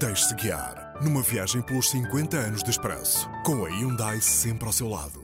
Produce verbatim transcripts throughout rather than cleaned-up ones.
Deixe-se guiar numa viagem pelos cinquenta anos de Expresso, com a Hyundai sempre ao seu lado.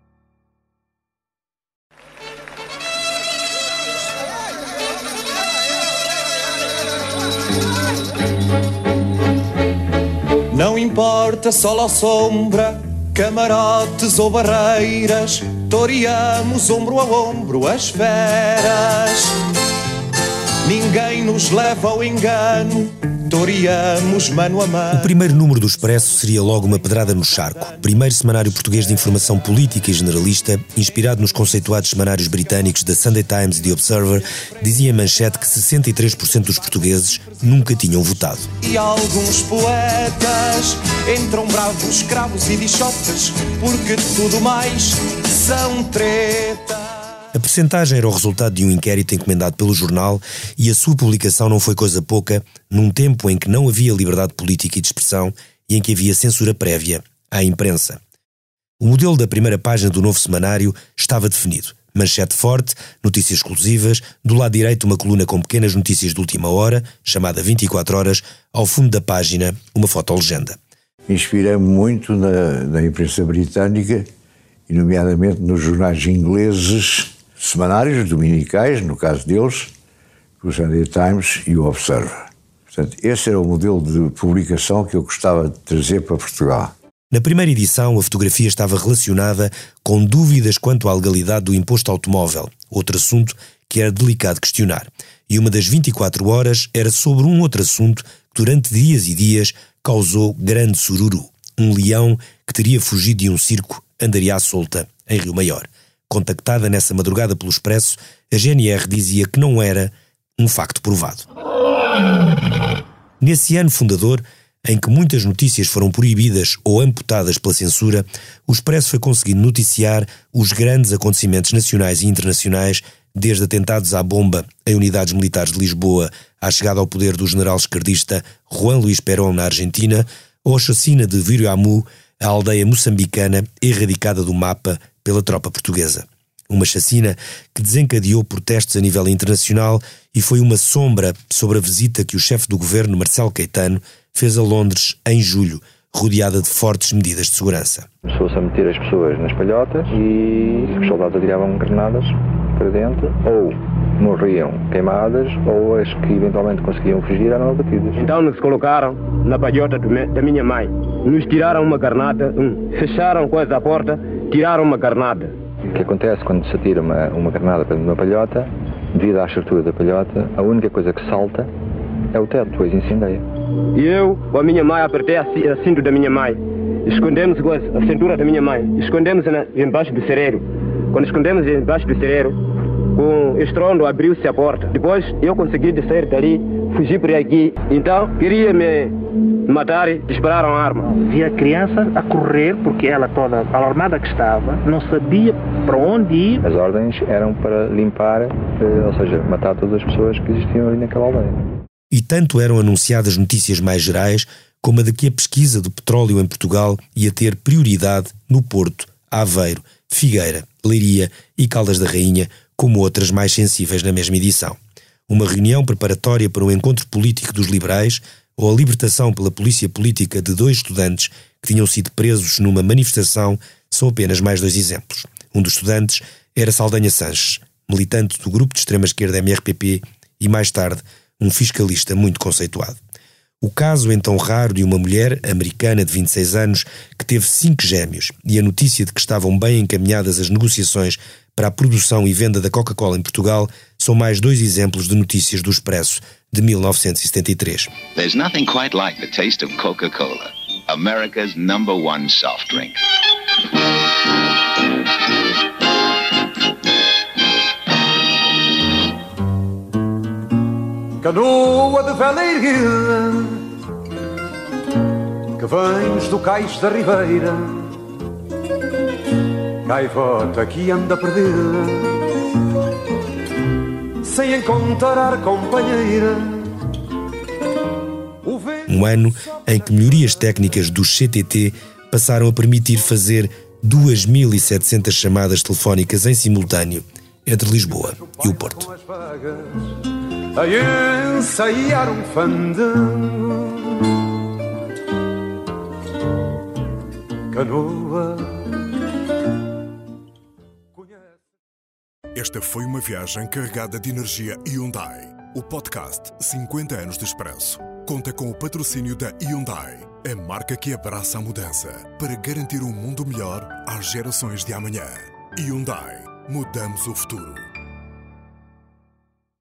Não importa sol ou sombra, camarotes ou barreiras, toreamos ombro a ombro as feras. Ninguém nos leva ao engano, toreamos mano a mano. O primeiro número do Expresso seria logo uma pedrada no charco. Primeiro semanário português de informação política e generalista, inspirado nos conceituados semanários britânicos da Sunday Times e The Observer, dizia em manchete que sessenta e três por cento dos portugueses nunca tinham votado. E alguns poetas entram bravos, escravos e bichotes, porque tudo mais são treta. A percentagem era o resultado de um inquérito encomendado pelo jornal e a sua publicação não foi coisa pouca num tempo em que não havia liberdade política e de expressão e em que havia censura prévia à imprensa. O modelo da primeira página do novo semanário estava definido. Manchete forte, notícias exclusivas, do lado direito uma coluna com pequenas notícias de última hora, chamada vinte e quatro horas, ao fundo da página uma fotolegenda. Inspirei-me muito na, na imprensa britânica, e nomeadamente nos jornais ingleses, semanários dominicais, no caso deles, o Sunday Times e o Observer. Portanto, esse era o modelo de publicação que eu gostava de trazer para Portugal. Na primeira edição, a fotografia estava relacionada com dúvidas quanto à legalidade do imposto automóvel, outro assunto que era delicado questionar. E uma das vinte e quatro horas era sobre um outro assunto que durante dias e dias causou grande sururu. Um leão que teria fugido de um circo andaria à solta em Rio Maior. Contactada nessa madrugada pelo Expresso, a G N R dizia que não era um facto provado. Nesse ano fundador, em que muitas notícias foram proibidas ou amputadas pela censura, o Expresso foi conseguindo noticiar os grandes acontecimentos nacionais e internacionais, desde atentados à bomba em unidades militares de Lisboa à chegada ao poder do general esquerdista Juan Luís Perón na Argentina, ou a chacina de Viriamu, a aldeia moçambicana erradicada do mapa pela tropa portuguesa. Uma chacina que desencadeou protestos a nível internacional e foi uma sombra sobre a visita que o chefe do governo, Marcelo Caetano, fez a Londres em julho, rodeada de fortes medidas de segurança. Começou-se a meter as pessoas nas palhotas e os soldados atiravam granadas para dentro, ou morriam queimadas, ou as que eventualmente conseguiam fugir eram abatidas. Então nos colocaram na palhota da minha mãe, nos tiraram uma granada, um, fecharam quase a porta, tiraram uma granada. O que acontece quando se atira uma, uma granada para dentro de uma palhota, devido à estrutura da palhota, a única coisa que salta é o teto, depois incendeia. E eu, com a minha mãe, apertei a cinto da minha mãe, escondemos a cintura da minha mãe, escondemos embaixo do cereiro. Quando escondemos embaixo do cereiro, com estrondo abriu-se a porta. Depois eu consegui descer dali, fugir por aqui. Então, queria me matar e dispararam a arma. Vi a criança a correr, porque ela toda alarmada que estava, não sabia para onde ir. As ordens eram para limpar, ou seja, matar todas as pessoas que existiam ali naquela aldeia. E tanto eram anunciadas notícias mais gerais, como a de que a pesquisa do petróleo em Portugal ia ter prioridade no Porto, Aveiro, Figueira, Leiria e Caldas da Rainha, como outras mais sensíveis na mesma edição. Uma reunião preparatória para o encontro político dos liberais ou a libertação pela polícia política de dois estudantes que tinham sido presos numa manifestação são apenas mais dois exemplos. Um dos estudantes era Saldanha Sanches, militante do grupo de extrema-esquerda M R P P e, mais tarde, um fiscalista muito conceituado. O caso então raro de uma mulher americana de vinte e seis anos que teve cinco gêmeos e a notícia de que estavam bem encaminhadas as negociações para a produção e venda da Coca-Cola em Portugal são mais dois exemplos de notícias do Expresso de mil novecentos e setenta e três. There's nothing quite like the taste of Coca-Cola, America's number one soft drink. Canoa de vela erguida, que vens do cais da ribeira, gaivota que anda perdida, sem encontrar companheira. Um ano em que melhorias técnicas do C T T passaram a permitir fazer duas mil e setecentas chamadas telefónicas em simultâneo entre Lisboa e o Porto. A ensaiar um fandango canoa. Esta foi uma viagem carregada de energia Hyundai. O podcast cinquenta anos de Expresso conta com o patrocínio da Hyundai, a marca que abraça a mudança para garantir um mundo melhor às gerações de amanhã. Hyundai. Mudamos o futuro.